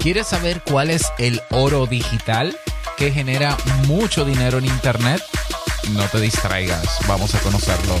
¿Quieres saber cuál es el oro digital que genera mucho dinero en Internet? No te distraigas, vamos a conocerlos.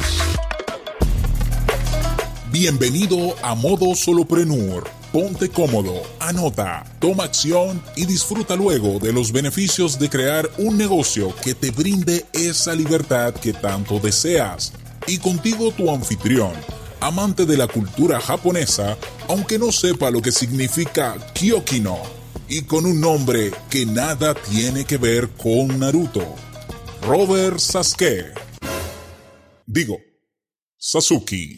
Bienvenido a Modo Solopreneur. Ponte cómodo, anota, toma acción y disfruta luego de los beneficios de crear un negocio que te brinde esa libertad que tanto deseas. Y contigo tu anfitrión, amante de la cultura japonesa, aunque no sepa lo que significa Kyokino, y con un nombre que nada tiene que ver con Naruto, Robert Sasuke. Digo, Sasuke.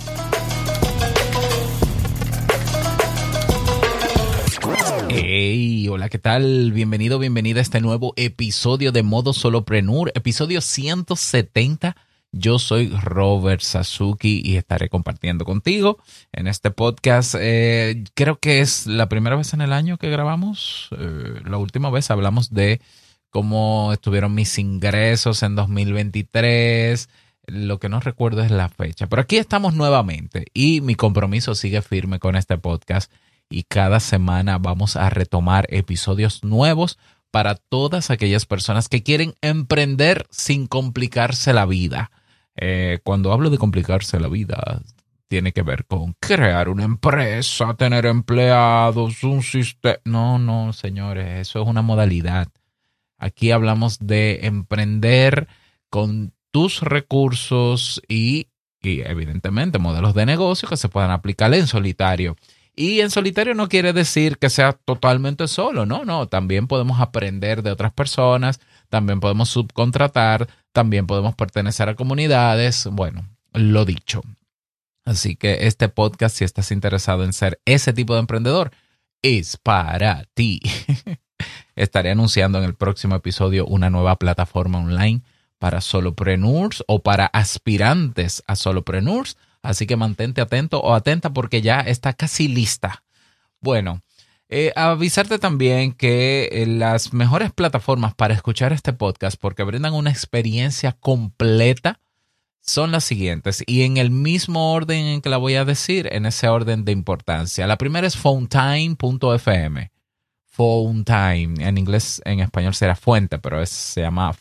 Hey, hola, ¿qué tal? Bienvenido, bienvenida a este nuevo episodio de Modo Solopreneur, episodio 170. Yo soy Robert Sasuke y estaré compartiendo contigo en este podcast. Creo que es la primera vez en el año que grabamos. La última vez hablamos de cómo estuvieron mis ingresos en 2023. Lo que no recuerdo es la fecha. Pero aquí estamos nuevamente y mi compromiso sigue firme con este podcast. Y cada semana vamos a retomar episodios nuevos para todas aquellas personas que quieren emprender sin complicarse la vida. Cuando hablo de complicarse la vida, tiene que ver con crear una empresa, tener empleados, un sistema. No, señores, eso es una modalidad. Aquí hablamos de emprender con tus recursos y evidentemente modelos de negocio que se puedan aplicar en solitario. Y en solitario no quiere decir que sea totalmente solo, no, también podemos aprender de otras personas, también podemos subcontratar, también podemos pertenecer a comunidades, bueno, lo dicho. Así que este podcast, si estás interesado en ser ese tipo de emprendedor, es para ti. Estaré anunciando en el próximo episodio una nueva plataforma online para solopreneurs o para aspirantes a solopreneurs. Así que mantente atento o atenta porque ya está casi lista. Bueno, avisarte también que las mejores plataformas para escuchar este podcast, porque brindan una experiencia completa, son las siguientes. Y en el mismo orden en que la voy a decir, en ese orden de importancia. La primera es Fountain.fm. Fountain, en inglés, en español será fuente, pero se llama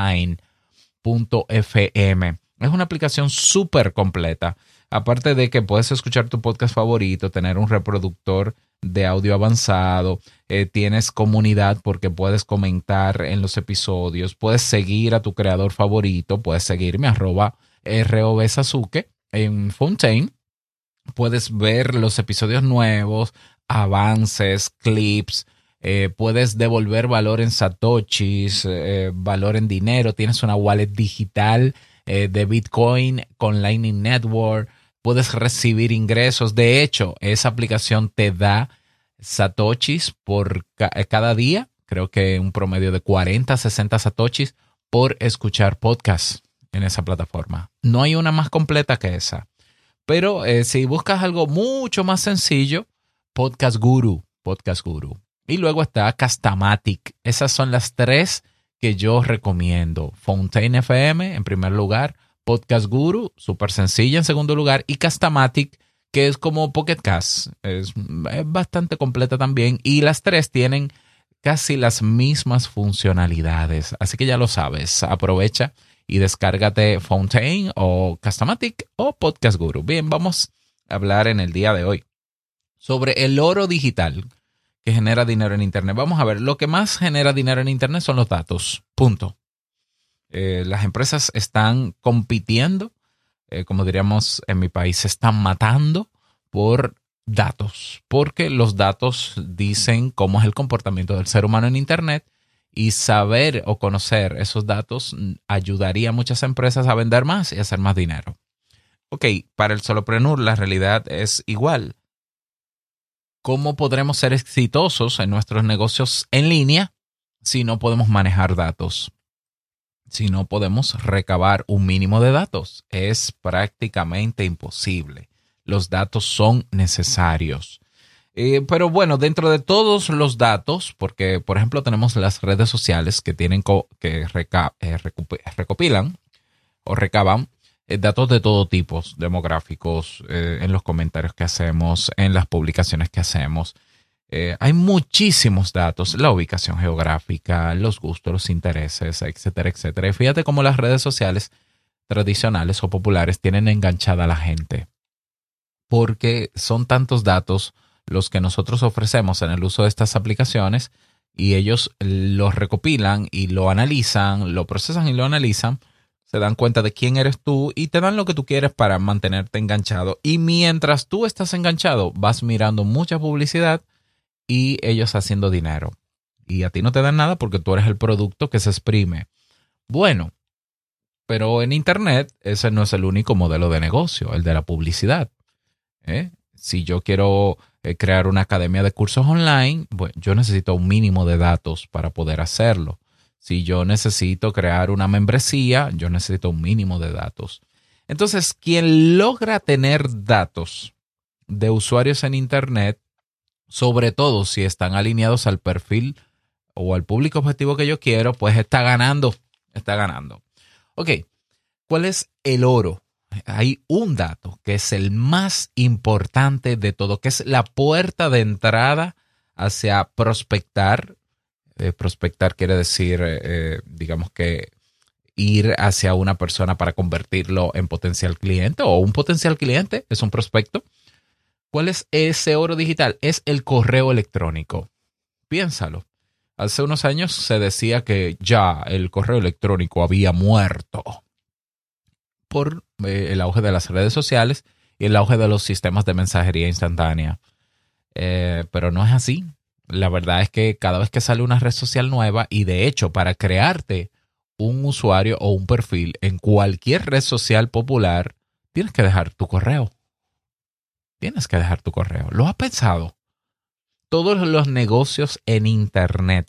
Fountain.fm. Es una aplicación súper completa. Aparte de que puedes escuchar tu podcast favorito, tener un reproductor de audio avanzado, tienes comunidad porque puedes comentar en los episodios, puedes seguir a tu creador favorito, puedes seguirme @ROBSasuke en Fountain, puedes ver los episodios nuevos, avances, clips, puedes devolver valor en satoshis, valor en dinero, tienes una wallet digital de Bitcoin con Lightning Network, puedes recibir ingresos. De hecho, esa aplicación te da satoshis por cada día, creo que un promedio de 40, 60 satoshis por escuchar podcasts en esa plataforma. No hay una más completa que esa. Pero si buscas algo mucho más sencillo, Podcast Guru. Y luego está Castamatic. Esas son las tres que yo recomiendo. Fountain FM en primer lugar, Podcast Guru, súper sencilla en segundo lugar, y Castamatic, que es como Pocket Cast. Es bastante completa también y las tres tienen casi las mismas funcionalidades. Así que ya lo sabes, aprovecha y descárgate Fountain o Castamatic o Podcast Guru. Bien, vamos a hablar en el día de hoy sobre el oro digital que genera dinero en Internet. Vamos a ver, lo que más genera dinero en Internet son los datos, punto. Las empresas están compitiendo, como diríamos en mi país, se están matando por datos, porque los datos dicen cómo es el comportamiento del ser humano en Internet y saber o conocer esos datos ayudaría a muchas empresas a vender más y a hacer más dinero. Ok, para el solopreneur la realidad es igual. ¿Cómo podremos ser exitosos en nuestros negocios en línea si no podemos manejar datos? Si no podemos recabar un mínimo de datos, es prácticamente imposible. Los datos son necesarios. Pero bueno, dentro de todos los datos, porque por ejemplo tenemos las redes sociales que tienen que recopilan o recaban datos de todo tipo, demográficos, en los comentarios que hacemos, en las publicaciones que hacemos. Hay muchísimos datos, la ubicación geográfica, los gustos, los intereses, etcétera, etcétera. Y fíjate cómo las redes sociales tradicionales o populares tienen enganchada a la gente, porque son tantos datos los que nosotros ofrecemos en el uso de estas aplicaciones y ellos los recopilan y lo analizan, lo procesan y lo analizan, se dan cuenta de quién eres tú y te dan lo que tú quieres para mantenerte enganchado. Y mientras tú estás enganchado, vas mirando mucha publicidad y ellos haciendo dinero. Y a ti no te dan nada porque tú eres el producto que se exprime. Bueno, pero en Internet ese no es el único modelo de negocio, el de la publicidad. Si yo quiero crear una academia de cursos online, bueno, yo necesito un mínimo de datos para poder hacerlo. Si yo necesito crear una membresía, yo necesito un mínimo de datos. Entonces, quien logra tener datos de usuarios en Internet, sobre todo si están alineados al perfil o al público objetivo que yo quiero, pues está ganando, está ganando. Ok, ¿cuál es el oro? Hay un dato que es el más importante de todo, que es la puerta de entrada hacia prospectar. Prospectar quiere decir, digamos que ir hacia una persona para convertirlo en potencial cliente o un potencial cliente es un prospecto. ¿Cuál es ese oro digital? Es el correo electrónico. Piénsalo. Hace unos años se decía que ya el correo electrónico había muerto por el auge de las redes sociales y el auge de los sistemas de mensajería instantánea. Pero no es así. La verdad es que cada vez que sale una red social nueva, y de hecho para crearte un usuario o un perfil en cualquier red social popular, tienes que dejar tu correo. Tienes que dejar tu correo. ¿Lo has pensado? Todos los negocios en Internet,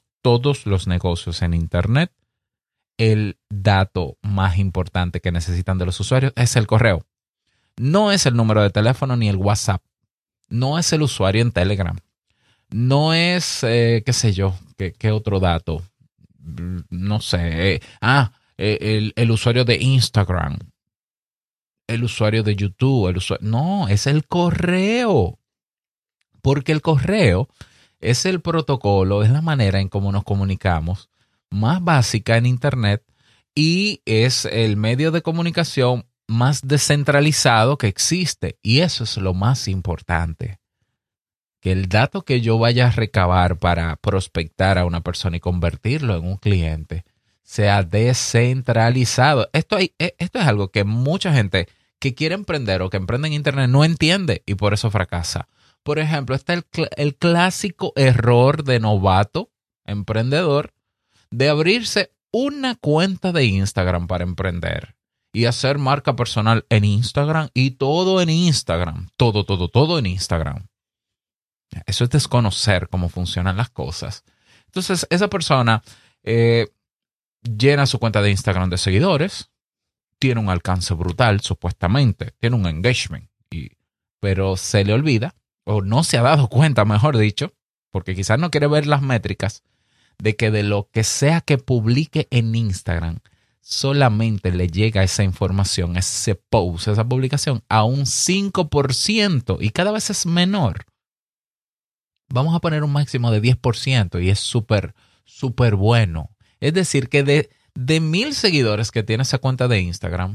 el dato más importante que necesitan de los usuarios es el correo. No es el número de teléfono ni el WhatsApp. No es el usuario en Telegram. No es, qué sé yo, qué otro dato. No sé. El usuario de Instagram. El usuario de YouTube. No, es el correo. Porque el correo es el protocolo, es la manera en cómo nos comunicamos más básica en Internet y es el medio de comunicación más descentralizado que existe. Y eso es lo más importante. Que el dato que yo vaya a recabar para prospectar a una persona y convertirlo en un cliente sea descentralizado. Esto es algo que mucha gente que quiere emprender o que emprende en Internet no entiende y por eso fracasa. Por ejemplo, está el clásico error de novato emprendedor de abrirse una cuenta de Instagram para emprender y hacer marca personal en Instagram y todo en Instagram. Todo en Instagram. Eso es desconocer cómo funcionan las cosas. Entonces, esa persona llena su cuenta de Instagram de seguidores, tiene un alcance brutal, supuestamente, tiene un engagement, pero se le olvida, o no se ha dado cuenta, mejor dicho, porque quizás no quiere ver las métricas, de que de lo que sea que publique en Instagram, solamente le llega esa información, ese post, esa publicación, a un 5% y cada vez es menor. Vamos a poner un máximo de 10% y es súper bueno. Es decir, que de 1,000 seguidores que tiene esa cuenta de Instagram,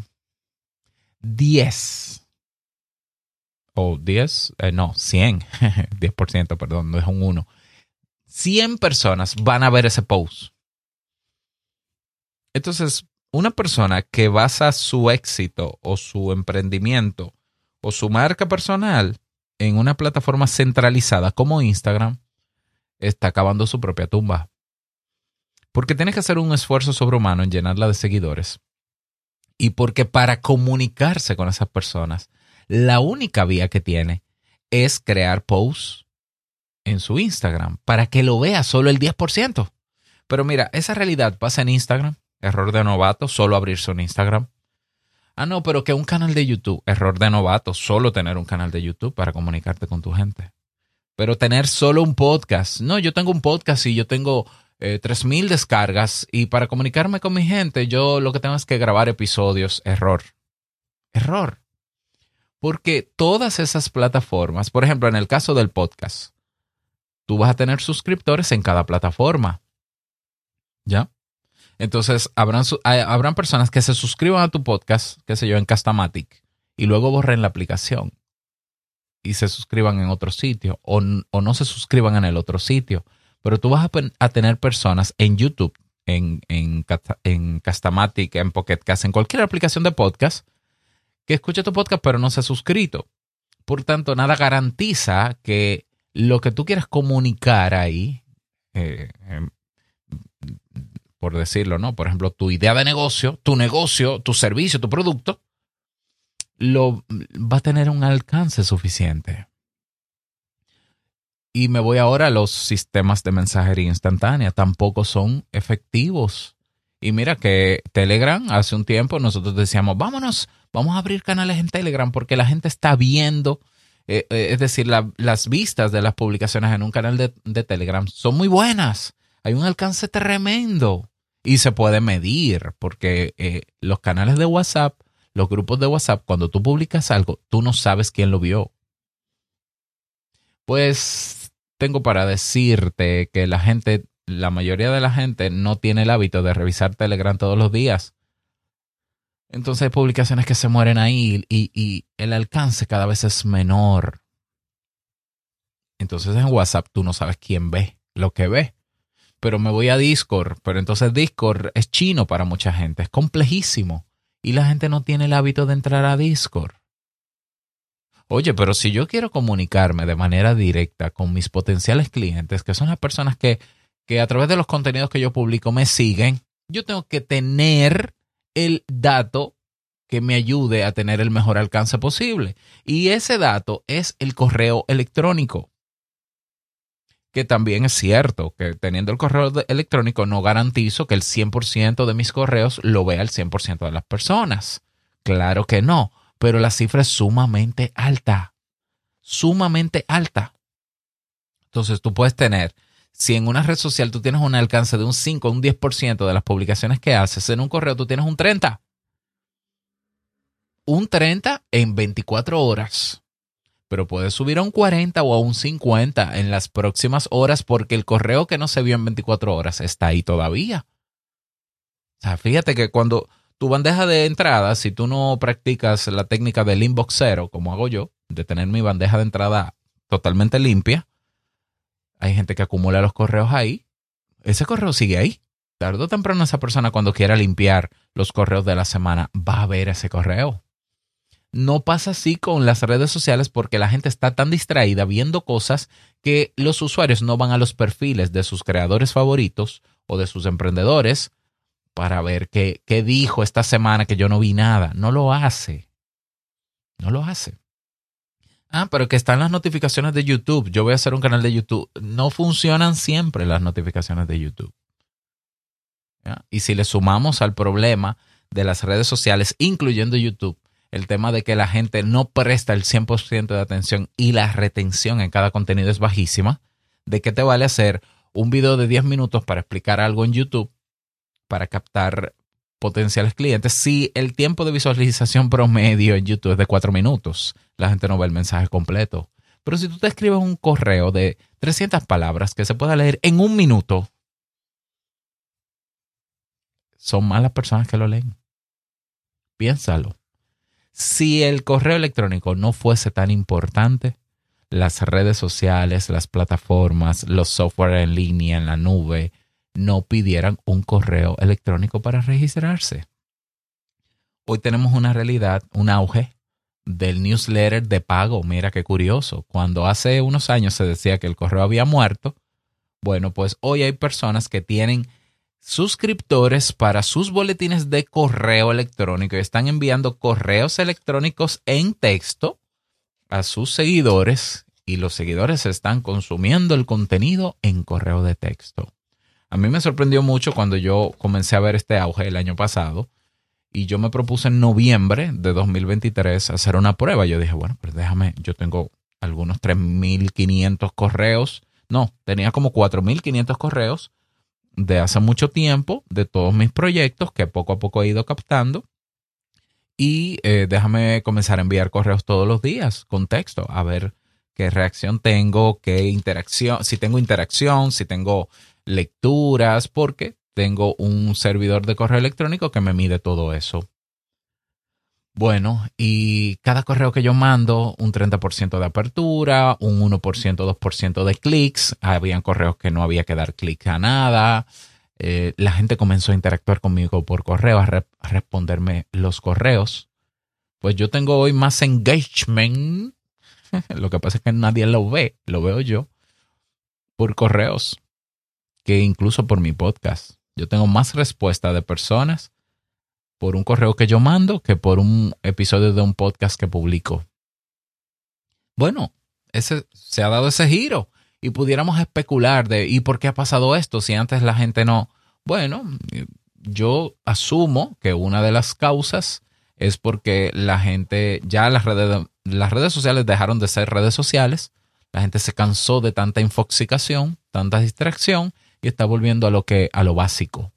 10 o 10, no, 100, 10%, perdón, no es un 1. 100 personas van a ver ese post. Entonces, una persona que basa su éxito o su emprendimiento o su marca personal en una plataforma centralizada como Instagram, está cavando su propia tumba. Porque tiene que hacer un esfuerzo sobrehumano en llenarla de seguidores. Y porque para comunicarse con esas personas, la única vía que tiene es crear posts en su Instagram para que lo vea solo el 10%. Pero mira, esa realidad pasa en Instagram. Error de novato, solo abrirse un Instagram. No, pero que un canal de YouTube. Error de novato, solo tener un canal de YouTube para comunicarte con tu gente. Pero tener solo un podcast. No, yo tengo un podcast y yo tengo 3,000 descargas y para comunicarme con mi gente, yo lo que tengo es que grabar episodios. Error. Porque todas esas plataformas, por ejemplo, en el caso del podcast, tú vas a tener suscriptores en cada plataforma. ¿Ya? Entonces, habrán personas que se suscriban a tu podcast, qué sé yo, en Castamatic, y luego borren la aplicación y se suscriban en otro sitio o no se suscriban en el otro sitio. Pero tú vas a tener personas en YouTube, en Castamatic, en Pocket Cast, en cualquier aplicación de podcast, que escucha tu podcast pero no se ha suscrito. Por tanto, nada garantiza que lo que tú quieras comunicar ahí, por decirlo, ¿no? Por ejemplo, tu idea de negocio, tu servicio, tu producto, va a tener un alcance suficiente. Y me voy ahora a los sistemas de mensajería instantánea. Tampoco son efectivos. Y mira que Telegram, hace un tiempo nosotros decíamos, vamos a abrir canales en Telegram porque la gente está viendo, es decir, las vistas de las publicaciones en un canal de Telegram son muy buenas. Hay un alcance tremendo y se puede medir porque los canales de WhatsApp, los grupos de WhatsApp, cuando tú publicas algo, tú no sabes quién lo vio. Pues tengo para decirte que la mayoría de la gente no tiene el hábito de revisar Telegram todos los días. Entonces hay publicaciones que se mueren ahí y el alcance cada vez es menor. Entonces en WhatsApp tú no sabes quién ve lo que ve. Pero me voy a Discord, pero entonces Discord es chino para mucha gente, es complejísimo. Y la gente no tiene el hábito de entrar a Discord. Oye, pero si yo quiero comunicarme de manera directa con mis potenciales clientes, que son las personas que a través de los contenidos que yo publico me siguen, yo tengo que tener el dato que me ayude a tener el mejor alcance posible. Y ese dato es el correo electrónico. Que también es cierto que teniendo el correo electrónico no garantizo que el 100% de mis correos lo vea el 100% de las personas. Claro que no, pero la cifra es sumamente alta. Sumamente alta. Entonces tú puedes tener, si en una red social tú tienes un alcance de un 5 o un 10% de las publicaciones que haces, en un correo tú tienes un 30%. Un 30% en 24 horas. Pero puedes subir a un 40 o a un 50 en las próximas horas porque el correo que no se vio en 24 horas está ahí todavía. O sea, fíjate que cuando tu bandeja de entrada, si tú no practicas la técnica del inbox cero, como hago yo, de tener mi bandeja de entrada totalmente limpia, hay gente que acumula los correos ahí. Ese correo sigue ahí. Tarde o temprano esa persona cuando quiera limpiar los correos de la semana va a ver ese correo. No pasa así con las redes sociales porque la gente está tan distraída viendo cosas que los usuarios no van a los perfiles de sus creadores favoritos o de sus emprendedores para ver qué dijo esta semana que yo no vi nada. No lo hace. No lo hace. Pero que están las notificaciones de YouTube. Yo voy a hacer un canal de YouTube. No funcionan siempre las notificaciones de YouTube. ¿Ya? Y si le sumamos al problema de las redes sociales, incluyendo YouTube, el tema de que la gente no presta el 100% de atención y la retención en cada contenido es bajísima, ¿de qué te vale hacer un video de 10 minutos para explicar algo en YouTube para captar potenciales clientes si el tiempo de visualización promedio en YouTube es de 4 minutos? La gente no ve el mensaje completo. Pero si tú te escribes un correo de 300 palabras que se pueda leer en 1 minuto, son más las personas que lo leen. Piénsalo. Si el correo electrónico no fuese tan importante, las redes sociales, las plataformas, los software en línea, en la nube, no pidieran un correo electrónico para registrarse. Hoy tenemos una realidad, un auge del newsletter de pago. Mira qué curioso. Cuando hace unos años se decía que el correo había muerto, bueno, pues hoy hay personas que tienen suscriptores para sus boletines de correo electrónico y están enviando correos electrónicos en texto a sus seguidores y los seguidores están consumiendo el contenido en correo de texto. A mí me sorprendió mucho cuando yo comencé a ver este auge el año pasado y yo me propuse en noviembre de 2023 hacer una prueba. Yo dije, bueno, pues yo tengo algunos 3.500 correos. No, tenía como 4.500 correos de hace mucho tiempo, de todos mis proyectos que poco a poco he ido captando. Y déjame comenzar a enviar correos todos los días con texto, a ver qué reacción tengo, qué interacción, si tengo lecturas, porque tengo un servidor de correo electrónico que me mide todo eso. Bueno, y cada correo que yo mando, un 30% de apertura, un 1%, 2% de clics. Habían correos que no había que dar clic a nada. La gente comenzó a interactuar conmigo por correo, a responderme los correos. Pues yo tengo hoy más engagement. Lo que pasa es que nadie lo ve, lo veo yo, por correos, que incluso por mi podcast. Yo tengo más respuesta de personas por un correo que yo mando que por un episodio de un podcast que publico. Bueno, se ha dado ese giro y pudiéramos especular de ¿y por qué ha pasado esto? Si antes la gente no... Bueno, yo asumo que una de las causas es porque la gente, ya las redes sociales dejaron de ser redes sociales, la gente se cansó de tanta infoxicación, tanta distracción y está volviendo a lo básico.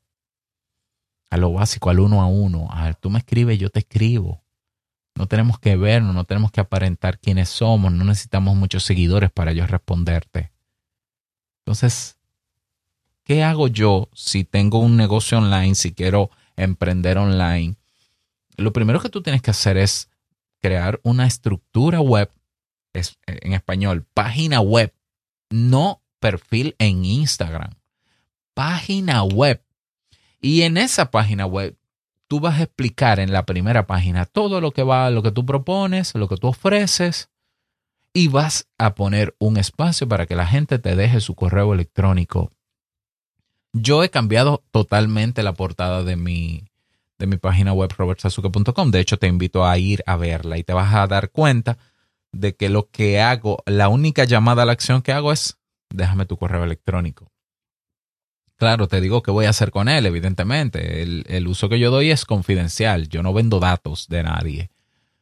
A lo básico, al uno a uno. Tú me escribes, yo te escribo. No tenemos que vernos, no tenemos que aparentar quiénes somos, no necesitamos muchos seguidores para yo responderte. Entonces, ¿qué hago yo si tengo un negocio online, si quiero emprender online? Lo primero que tú tienes que hacer es crear una estructura web, en español, página web, no perfil en Instagram. Página web. Y en esa página web, tú vas a explicar en la primera página todo lo que tú propones, lo que tú ofreces, y vas a poner un espacio para que la gente te deje su correo electrónico. Yo he cambiado totalmente la portada de mi página web, robertsazuke.com. De hecho, te invito a ir a verla y te vas a dar cuenta de que lo que hago, la única llamada a la acción que hago es déjame tu correo electrónico. Claro, te digo qué voy a hacer con él, evidentemente. El uso que yo doy es confidencial. Yo no vendo datos de nadie.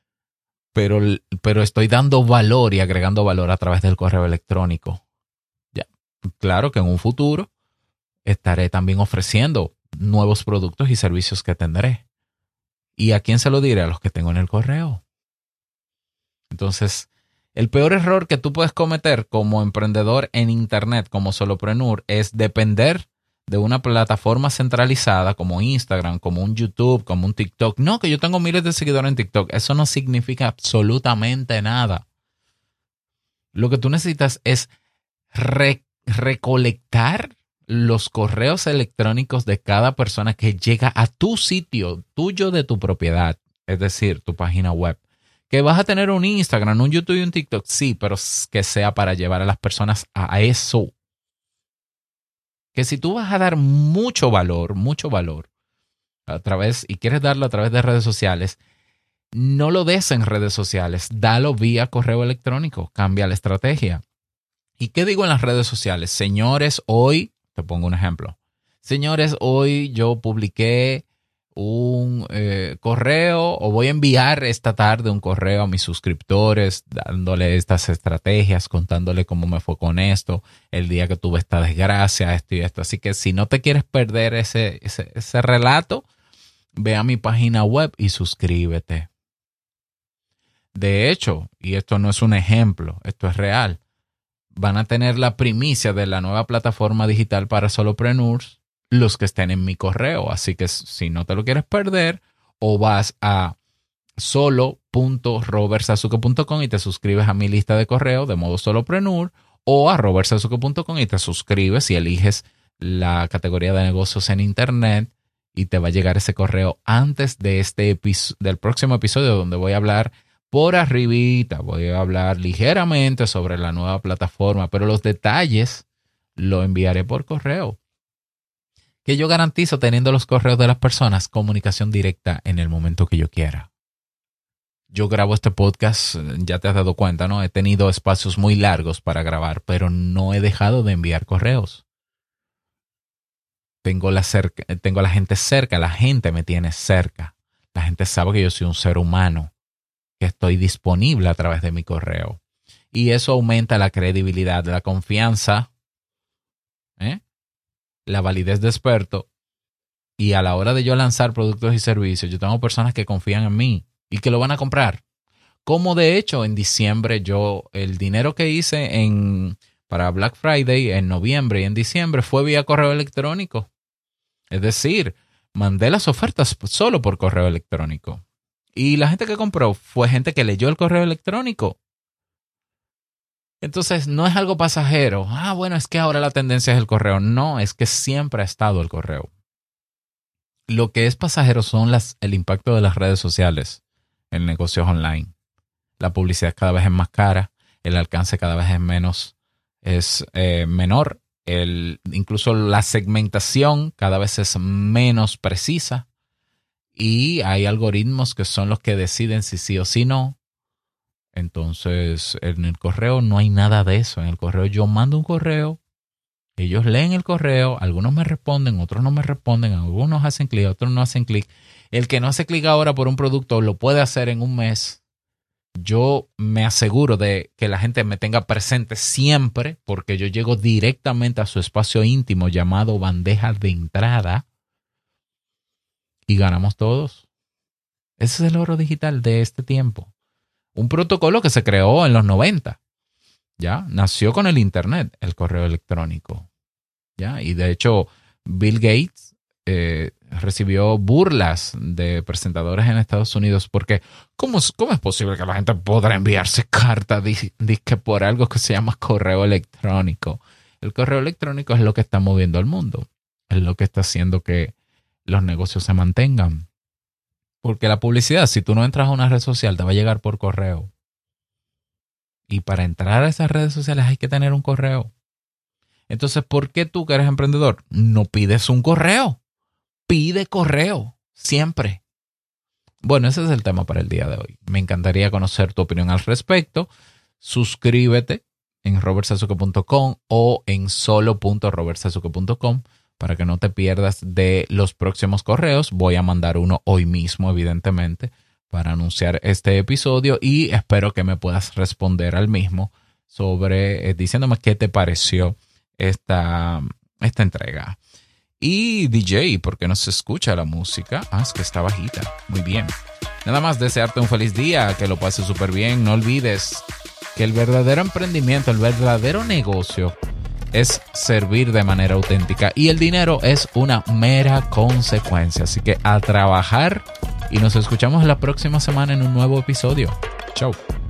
Pero estoy dando valor y agregando valor a través del correo electrónico. Ya. Claro que en un futuro estaré también ofreciendo nuevos productos y servicios que tendré. ¿Y a quién se lo diré? A los que tengo en el correo. Entonces, el peor error que tú puedes cometer como emprendedor en Internet, como solopreneur, es depender de una plataforma centralizada como Instagram, como un YouTube, como un TikTok. No, que yo tengo miles de seguidores en TikTok. Eso no significa absolutamente nada. Lo que tú necesitas es recolectar los correos electrónicos de cada persona que llega a tu sitio tuyo de tu propiedad, es decir, tu página web. Que vas a tener un Instagram, un YouTube y un TikTok, sí, pero que sea para llevar a las personas a eso. Que si tú vas a dar mucho valor a través, y quieres darlo a través de redes sociales, no lo des en redes sociales, dalo vía correo electrónico, cambia la estrategia. ¿Y qué digo en las redes sociales? Señores, hoy, te pongo un ejemplo. Señores, hoy yo publiqué un correo, o voy a enviar esta tarde un correo a mis suscriptores dándole estas estrategias, contándole cómo me fue con esto, el día que tuve esta desgracia, esto y esto. Así que si no te quieres perder ese relato, ve a mi página web y suscríbete. De hecho, y esto no es un ejemplo, esto es real, van a tener la primicia de la nueva plataforma digital para solopreneurs los que estén en mi correo. Así que si no te lo quieres perder, o vas a solo.robertsazuke.com y te suscribes a mi lista de correo de modo solopreneur, o a robertsazuke.com y te suscribes y eliges la categoría de negocios en internet y te va a llegar ese correo antes de del próximo episodio, donde voy a hablar por arribita, voy a hablar ligeramente sobre la nueva plataforma, pero los detalles lo enviaré por correo. Que yo garantizo, teniendo los correos de las personas, comunicación directa en el momento que yo quiera. Yo grabo este podcast, ya te has dado cuenta, ¿no? He tenido espacios muy largos para grabar, pero no he dejado de enviar correos. Tengo la gente cerca, la gente me tiene cerca. La gente sabe que yo soy un ser humano, que estoy disponible a través de mi correo. Y eso aumenta la credibilidad, la confianza, la validez de experto, y a la hora de yo lanzar productos y servicios, yo tengo personas que confían en mí y que lo van a comprar. Como de hecho en diciembre el dinero que hice para Black Friday en noviembre y en diciembre fue vía correo electrónico. Es decir, mandé las ofertas solo por correo electrónico. Y la gente que compró fue gente que leyó el correo electrónico. Entonces, no es algo pasajero. Bueno, es que ahora la tendencia es el correo. No, es que siempre ha estado el correo. Lo que es pasajero son el impacto de las redes sociales en negocios online. La publicidad cada vez es más cara, el alcance cada vez es menor. Incluso la segmentación cada vez es menos precisa. Y hay algoritmos que son los que deciden si sí o si no. Entonces, en el correo no hay nada de eso. En el correo yo mando un correo, ellos leen el correo, algunos me responden, otros no me responden, algunos hacen clic, otros no hacen clic. El que no hace clic ahora por un producto lo puede hacer en un mes. Yo me aseguro de que la gente me tenga presente siempre porque yo llego directamente a su espacio íntimo llamado bandeja de entrada y ganamos todos. Ese es el oro digital de este tiempo. Un protocolo que se creó en los 90, ¿ya? Nació con el Internet, el correo electrónico, ¿ya? Y de hecho, Bill Gates recibió burlas de presentadores en Estados Unidos porque ¿cómo es posible que la gente podrá enviarse cartas dizque por algo que se llama correo electrónico? El correo electrónico es lo que está moviendo al mundo, es lo que está haciendo que los negocios se mantengan. Porque la publicidad, si tú no entras a una red social, te va a llegar por correo. Y para entrar a esas redes sociales hay que tener un correo. Entonces, ¿por qué tú que eres emprendedor no pides un correo? Pide correo, siempre. Bueno, ese es el tema para el día de hoy. Me encantaría conocer tu opinión al respecto. Suscríbete en robertsazuke.com o en solo.robertsazuke.com para que no te pierdas de los próximos correos. Voy a mandar uno hoy mismo, evidentemente, para anunciar este episodio y espero que me puedas responder al mismo sobre diciéndome qué te pareció esta entrega. Y DJ, ¿por qué no se escucha la música? Es que está bajita. Muy bien. Nada más desearte un feliz día, que lo pases súper bien. No olvides que el verdadero emprendimiento, el verdadero negocio es servir de manera auténtica y el dinero es una mera consecuencia. Así que a trabajar y nos escuchamos la próxima semana en un nuevo episodio. Chau.